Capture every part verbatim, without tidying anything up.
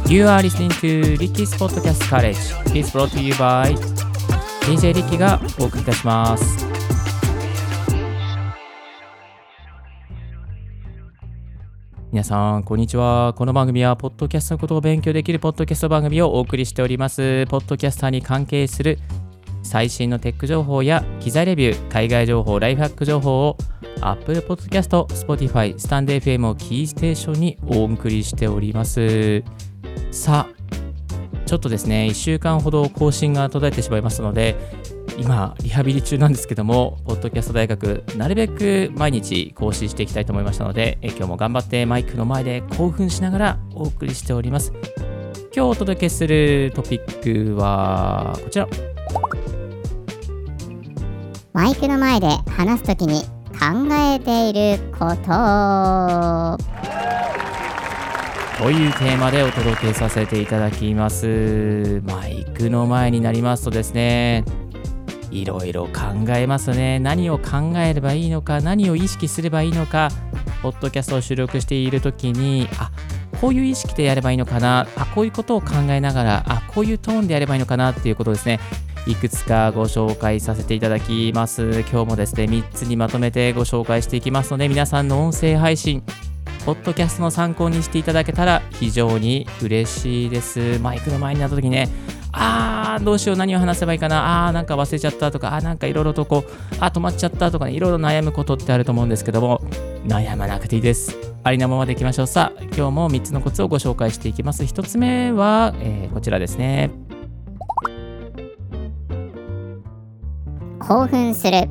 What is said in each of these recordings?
You are listening to Ricky's Podcast College. It's brought to you by ディージェー Ricky がお送りいたします。皆さんこんにちは。この番組はポッドキャストのことを勉強できるポッドキャスト番組をお送りしております。ポッドキャスターに関係する最新のテック情報や機材レビュー、海外情報、ライフハック情報を Apple Podcast、Spotify、Stand エフエム をキーステーションにお送りしております。さあ、ちょっとですね、いっしゅうかんほど更新が途絶えてしまいましたので、今リハビリ中なんですけども、ポッドキャスト大学なるべく毎日更新していきたいと思いましたので、え今日も頑張ってマイクの前で興奮しながらお送りしております。今日お届けするトピックはこちら。 マイクの前で話すときに考えていることというテーマでお届けさせていただきます。マイクの前になりますとですね、いろいろ考えますね。何を考えればいいのか、何を意識すればいいのか、ポッドキャストを収録しているときに、あ、こういう意識でやればいいのかな、あ、こういうことを考えながら、あ、こういうトーンでやればいいのかなっていうことですね。いくつかご紹介させていただきます。今日もですね、みっつにまとめてご紹介していきますので、皆さんの音声配信、ポッドキャストの参考にしていただけたら非常に嬉しいです。マイクの前になった時ね、あーどうしよう、何を話せばいいかな、あーなんか忘れちゃったとか、あーなんかいろいろとこう、あー止まっちゃったとかね、いろいろ悩むことってあると思うんですけども、悩まなくていいです。ありのままでいきましょう。さあ、今日もみっつのコツをご紹介していきます。ひとつめは、えー、こちらですね。 興奮する。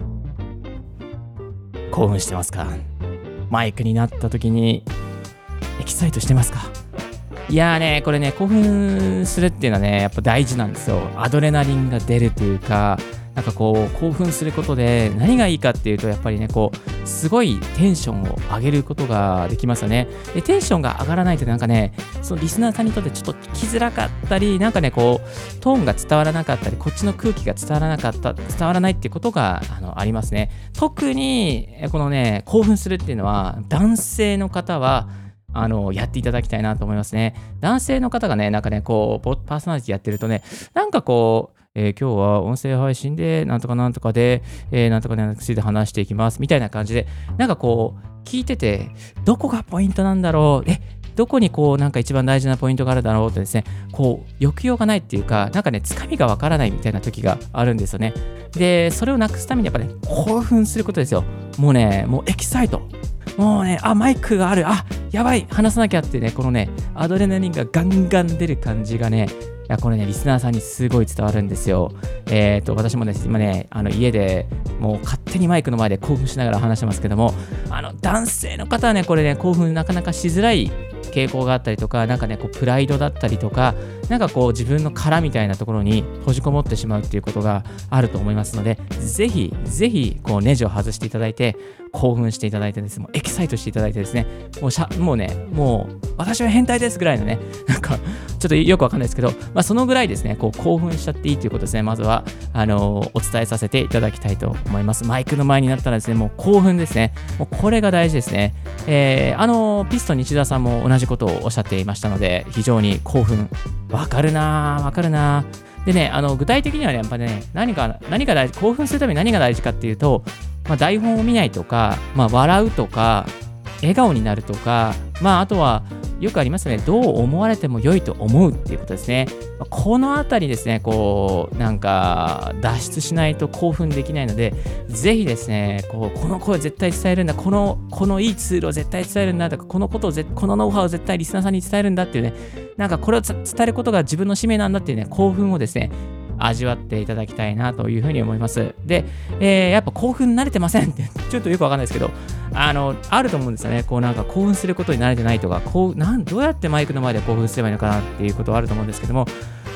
興奮してますか？マイクになった時にエキサイトしてますか？いやーね、これね、興奮するっていうのはね、やっぱ大事なんですよ。アドレナリンが出るというか、なんかこう興奮することで何がいいかっていうと、やっぱりね、こうすごいテンションを上げることができますよね。で、テンションが上がらないとなんかね、そのリスナーさんにとってちょっと聞きづらかったり、なんかね、こうトーンが伝わらなかったり、こっちの空気が伝わらなかった、伝わらないっていうことが あのありますね。特にこのね、興奮するっていうのは男性の方はあのやっていただきたいなと思いますね。男性の方がね、なんかね、こうパーソナリティやってるとね、なんかこうえー、今日は音声配信でなんとかなんとかで、えー、なんとかについて話していきますみたいな感じで、なんかこう聞いてて、どこがポイントなんだろう、えどこにこうなんか一番大事なポイントがあるだろうってですね、こう抑揚がないっていうか、なんかね、つかみがわからないみたいな時があるんですよね。で、それをなくすためにやっぱね、興奮することですよ。もうね、もうエキサイト、もうね、あ、マイクがある、あ、やばい、話さなきゃってね、このね、アドレナリンがガンガン出る感じがね、いや、これね、リスナーさんにすごい伝わるんですよ。えっと、私もね、今ね、あの家でもう勝手にマイクの前で興奮しながら話してますけども、あの男性の方はね、これね、興奮なかなかしづらい傾向があったりとか、なんかね、こうプライドだったりとか、なんかこう自分の殻みたいなところに閉じこもってしまうっていうことがあると思いますので、ぜひぜひこうネジを外していただいて、興奮していただいてですね、もうエキサイトしていただいてですね、もうしゃもうね、もう私は変態ですぐらいのね、なんかちょっとよくわかんないですけど、まあ、そのぐらいですね、こう興奮しちゃっていいということですね。まずはあのー、お伝えさせていただきたいと思います。マイクの前になったらですね、もう興奮ですね。もうこれが大事ですね。えー、あのー、ピストン西田さんも同じことをおっしゃっていましたので、非常に興奮、わかるなー、わかるなー。でね、あの具体的にはね、やっぱね、何か何が大事、興奮するために何が大事かっていうと、まあ、台本を見ないとか、まあ、笑うとか、笑顔になるとか、まあ、あとはよくありますね、どう思われても良いと思うっていうことですね。このあたりですね、こうなんか脱出しないと興奮できないので、ぜひですね、こうこの声を絶対伝えるんだ、このこのいいツールを絶対伝えるんだとか、このことをぜこのノウハウを絶対リスナーさんに伝えるんだっていうね、なんかこれを伝えることが自分の使命なんだっていうね、興奮をですね、味わっていただきたいなというふうに思います。で、えー、やっぱ興奮慣れてませんってちょっとよくわかんないですけど、あのあると思うんですよね。こうなんか興奮することに慣れてないとか、こうなんどうやってマイクの前で興奮すればいいのかなっていうことはあると思うんですけども、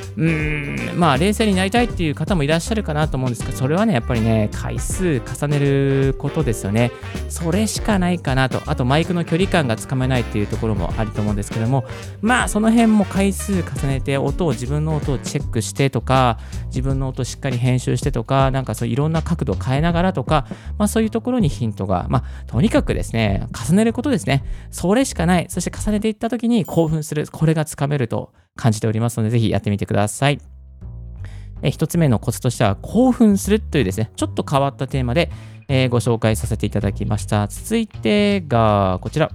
うーん、まあ冷静になりたいっていう方もいらっしゃるかなと思うんですが、それはね、やっぱりね、回数重ねることですよね。それしかないかなと。あとマイクの距離感がつかめないっていうところもあると思うんですけども、まあその辺も回数重ねて音を自分の音をチェックしてとか、自分の音をしっかり編集してとか、なんかそういろんな角度を変えながらとか、まあそういうところにヒントが、まあとにかくですね、重ねることですね。それしかない。そして重ねていった時に興奮する。これがつかめると感じておりますので、ぜひやってみてください。え一つ目のコツとしては、興奮するというですね、ちょっと変わったテーマで、えーご紹介させていただきました。続いてがこちら。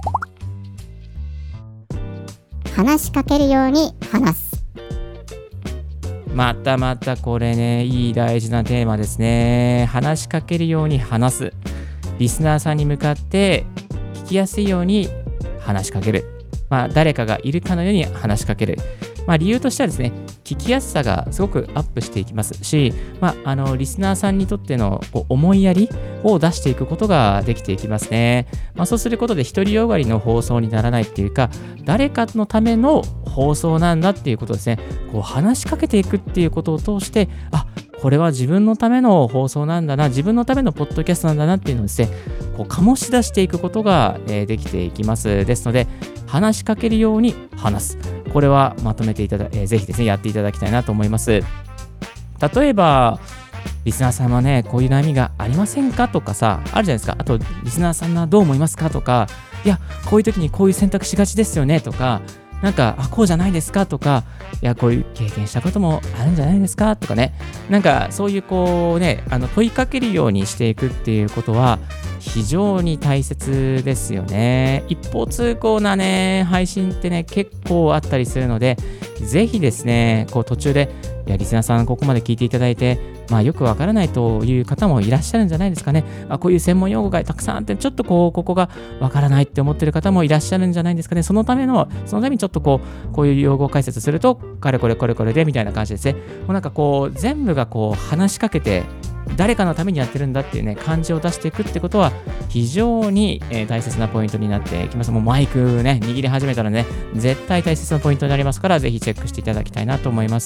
話しかけるように話す。 またまたこれね、いい大事なテーマですね。話しかけるように話す。リスナーさんに向かって聞きやすいように話しかける。まあ、誰かがいるかのように話しかける。まあ、理由としてはですね、聞きやすさがすごくアップしていきますし、まあ、あのリスナーさんにとってのこう思いやりを出していくことができていきますね。まあ、そうすることで独りよがりの放送にならないっていうか、誰かのための放送なんだっていうことですね。こう話しかけていくっていうことを通して、あ、これは自分のための放送なんだな、自分のためのポッドキャストなんだなっていうのをですね、こう醸し出していくことが、えーできていきます。ですので、話しかけるように話す。これはまとめていただ、えーぜひですね、やっていただきたいなと思います。例えば、リスナーさんはね、こういう悩みがありませんかとかさ、あるじゃないですか。あと、リスナーさんはどう思いますかとか、いや、こういう時にこういう選択しがちですよねとか、なんか、あ、こうじゃないですかとか、いや、こういう経験したこともあるんじゃないですかとかね、なんか、そういうこうね、あの問いかけるようにしていくっていうことは、非常に大切ですよね。一方通行なね、配信ってね、結構あったりするので、ぜひですね、こう途中で、いや、リスナーさんここまで聞いていただいて、まあよくわからないという方もいらっしゃるんじゃないですかね。あ、こういう専門用語がたくさんあって、ちょっとこう、ここがわからないって思ってる方もいらっしゃるんじゃないですかね。そのための、そのためにちょっとこう、こういう用語解説すると、かれこれこれこれでみたいな感じですね。もうなんかこう、全部がこう、話しかけて、誰かのためにやってるんだっていうね、感じを出していくってことは、非常に、えー大切なポイントになっていきます。もうマイクね、握り始めたらね、絶対大切なポイントになりますから、ぜひチェックしていただきたいなと思います。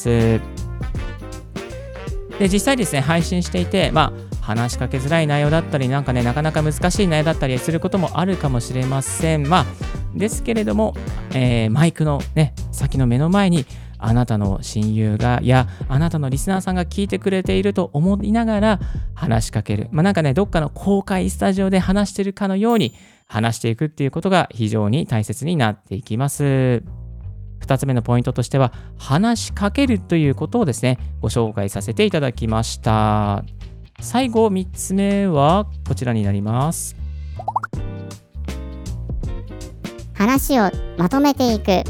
で、実際ですね、配信していて、まあ、話しかけづらい内容だったり、なんかね、なかなか難しい内容だったりすることもあるかもしれません。まあ、ですけれども、えーマイクのね、先の目の前に、あなたの親友が、や、あなたのリスナーさんが聞いてくれていると思いながら話しかける。まあ、なんかね、どっかの公開スタジオで話してるかのように話していくっていうことが非常に大切になっていきます。二つ目のポイントとしては、話しかけるということをですね、ご紹介させていただきました。最後、三つ目はこちらになります。 話をまとめていく。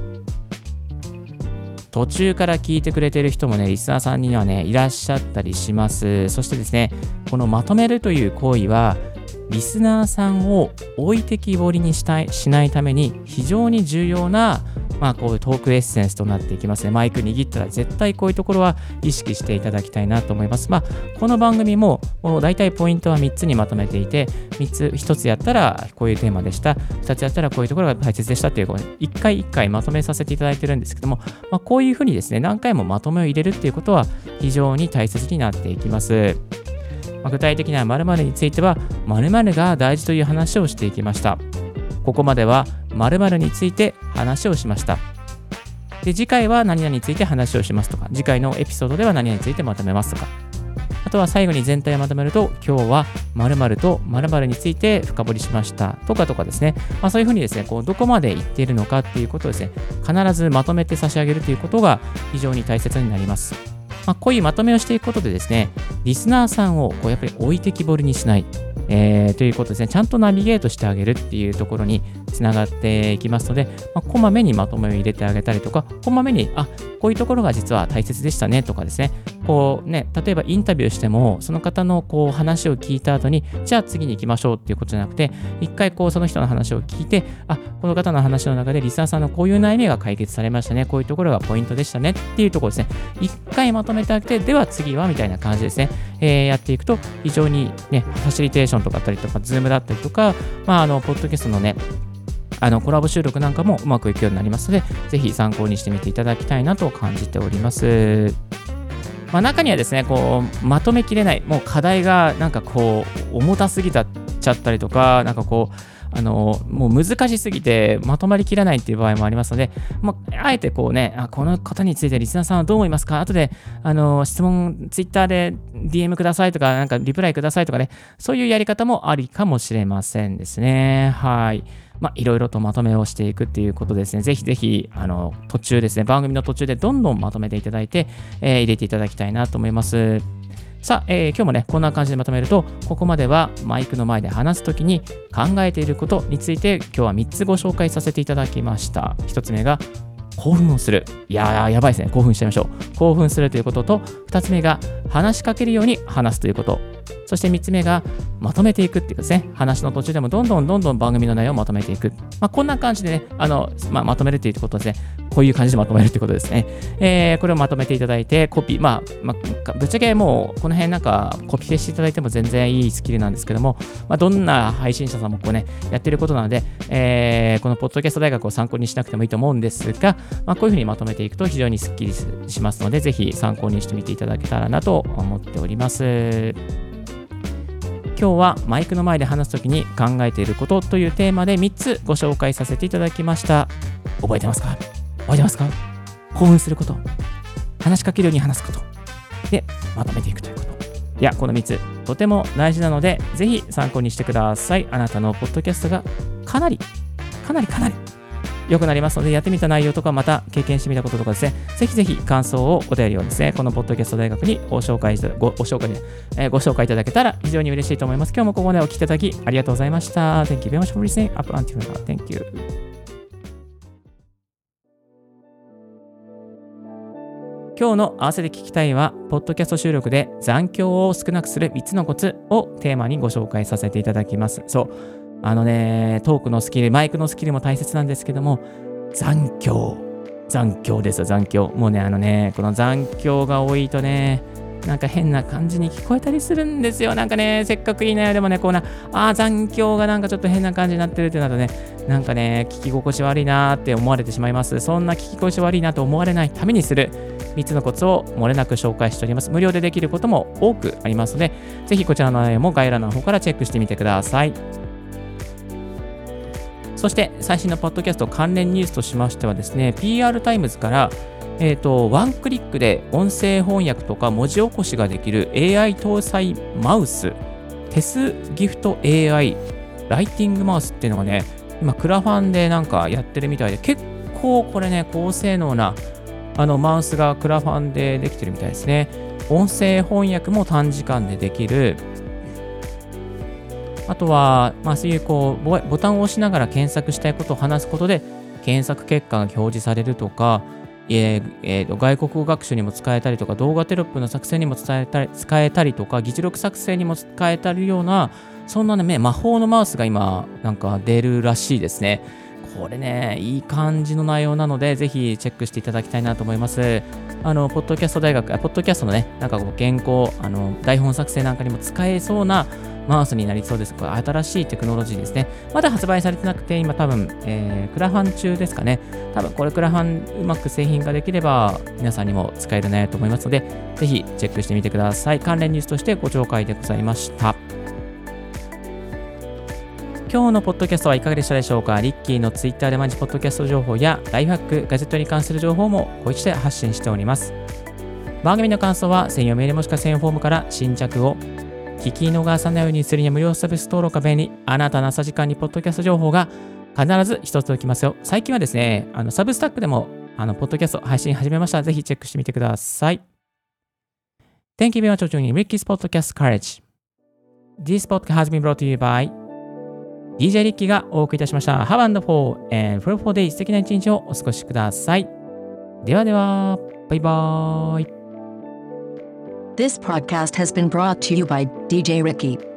途中から聞いてくれている人もね、リスナーさんにはね、いらっしゃったりします。そしてですね、このまとめるという行為は、リスナーさんを置いてきぼりにしたいしないために非常に重要な、まあ、こういうトークエッセンスとなっていきますね。マイク握ったら絶対こういうところは意識していただきたいなと思います。まあ、この番組ももう大体ポイントはみっつにまとめていて、みっつ、ひとつやったらこういうテーマでした、ふたつやったらこういうところが大切でしたっていう、こういっかいいっかいまとめさせていただいてるんですけども、まあ、こういうふうにですね、何回もまとめを入れるっていうことは非常に大切になっていきます。まあ、具体的な〇〇については、〇〇が大事という話をしていきました。ここまでは〇〇について話をしました。で、次回は何々について話をしますとか、次回のエピソードでは何々についてまとめますとか、あとは最後に全体をまとめると、今日は〇〇と〇〇について深掘りしましたとかとかですね、まあ、そういうふうにですね、こうどこまで言っているのかっていうことをですね、必ずまとめて差し上げるということが非常に大切になります。まあ、こういうまとめをしていくことでですね、リスナーさんをこうやっぱり置いてきぼりにしない、えー、ということですね、ちゃんとナビゲートしてあげるっていうところにつながっていきますので、まあ、こまめにまとめを入れてあげたりとか、こまめに、あ、こういうところが実は大切でしたねとかですね、こうね、例えばインタビューしても、その方のこう話を聞いた後に、じゃあ次に行きましょうっていうことじゃなくて、一回こうその人の話を聞いて、あ、この方の話の中でリスナーさんのこういう悩みが解決されましたね、こういうところがポイントでしたねっていうところですね、一回まとめてあげて、では次はみたいな感じですね、えー、やっていくと非常にね、ファシリテーションとかあったりとか、ズームだったりとか、まあ、あの、ポッドキャストのね、 あのコラボ収録なんかもうまくいくようになりますので、ぜひ参考にしてみていただきたいなと感じております。まあ、中にはですね、こうまとめきれない、もう課題がなんかこう重たすぎちゃったりとか、なんかこうあのもう難しすぎてまとまりきらないっていう場合もありますので、まあ、あえてこうね、あこの方についてリスナーさんはどう思いますか、後であの質問ツイッターで ディーエム くださいとか、なんかリプライくださいとかね、そういうやり方もありかもしれませんですね。はい。まあ、いろいろとまとめをしていくっていうことですね。ぜひぜひ、あの、途中ですね、番組の途中でどんどんまとめていただいて、えー、入れていただきたいなと思います。さあ、えー、今日もね、こんな感じでまとめると、ここまではマイクの前で話すときに考えていることについて、今日はみっつご紹介させていただきました。ひとつめが、興奮をする。いやー、やばいですね。興奮しちゃいましょう。興奮するということと、ふたつめが、話しかけるように話すということ。そしてみっつめが、まとめていくっていうかですね、話の途中でもどんどんどんどん番組の内容をまとめていく。まあ、こんな感じでね、あの、まあ、まとめるということですね。こういう感じでまとめるということですね。えー、これをまとめていただいて、コピー、まあ、まあ、ぶっちゃけもう、この辺なんかコピペしていただいても全然いいスキルなんですけども、まあ、どんな配信者さんもこうね、やってることなので、えー、このポッドキャスト大学を参考にしなくてもいいと思うんですが、まあ、こういうふうにまとめていくと非常にスッキリしますので、ぜひ参考にしてみていただけたらなと思っております。今日はマイクの前で話すときに考えていることというテーマでみっつご紹介させていただきました。覚えてますか？覚えてますか？興奮すること、話しかけるように話すこと、で、まとめていくということ。いや、このみっつ、とても大事なので、ぜひ参考にしてください。あなたのポッドキャストがかなり、かなりかなり良くなりますので、やってみた内容とか、また経験してみたこととかですね、ぜひぜひ感想をお便りをですね、このポッドキャスト大学にご紹介ごご紹介で、えー、ご紹介いただけたら非常に嬉しいと思います。今日もここまでお聞きいただきありがとうございました。Thank you very much for listening up until now. Thank you. 今日の合わせて聞きたいは、ポッドキャスト収録で残響を少なくするみっつのコツをテーマにご紹介させていただきます。そう。あのね、トークのスキル、マイクのスキルも大切なんですけども、残響。残響ですよ、残響。もうね、あのね、この残響が多いとね、なんか変な感じに聞こえたりするんですよ。なんかね、せっかくいい内容でもね、こうな、あー、残響がなんかちょっと変な感じになってるってなるとね、なんかね、聞き心地悪いなーって思われてしまいます。そんな聞き心地悪いなと思われないためにするみっつのコツを漏れなく紹介しております。無料でできることも多くありますので、ぜひこちらの内容も概要欄の方からチェックしてみてください。そして最新のポッドキャスト関連ニュースとしましてはですね、ピーアール タイムズから、えーと、ワンクリックで音声翻訳とか文字起こしができる エーアイ 搭載マウス、テスギフト エーアイ ライティングマウスっていうのがね、今クラファンでなんかやってるみたいで、結構これね、高性能なあのマウスがクラファンでできてるみたいですね。音声翻訳も短時間でできる。あとは、まあ、そういうこうボタンを押しながら検索したいことを話すことで検索結果が表示されるとか、えーえー、と外国語学習にも使えたりとか、動画テロップの作成にも伝えたり使えたりとか、議事録作成にも使えたりような、そんなね、魔法のマウスが今なんか出るらしいですね。これね、いい感じの内容なので、ぜひチェックしていただきたいなと思います。あの、ポッドキャスト大学、ポッドキャストのね、なんかこう原稿、あの、台本作成なんかにも使えそうなマウスになりそうです。これ新しいテクノロジーですね。まだ発売されてなくて、今多分、えー、クラファン中ですかね。多分これクラファンうまく製品ができれば、皆さんにも使えるねと思いますので、ぜひチェックしてみてください。関連ニュースとしてご紹介でございました。今日のポッドキャストはいかがでしたでしょうか。リッキーのツイッターで毎日ポッドキャスト情報やライフハック、ガジェットに関する情報もご一緒で発信しております。番組の感想は専用メールもしくは専用フォームから新着を聞き逃さないようにするには無料サービス登録が便利。あなたの朝時間にポッドキャスト情報が必ず一つ届きますよ。最近はですね、あのサブスタックでもあのポッドキャスト配信始めました。ぜひチェックしてみてください。Thank you very much for joining Ricky's Podcast Courage。This podcast has been brought to you by ディージェー リッキーがお送りいたしました。Have a wonderful and fruitful day。素敵な一日をお過ごしください。ではでは、バイバーイ。 This podcast has been brought to you by ディージェー Ricky.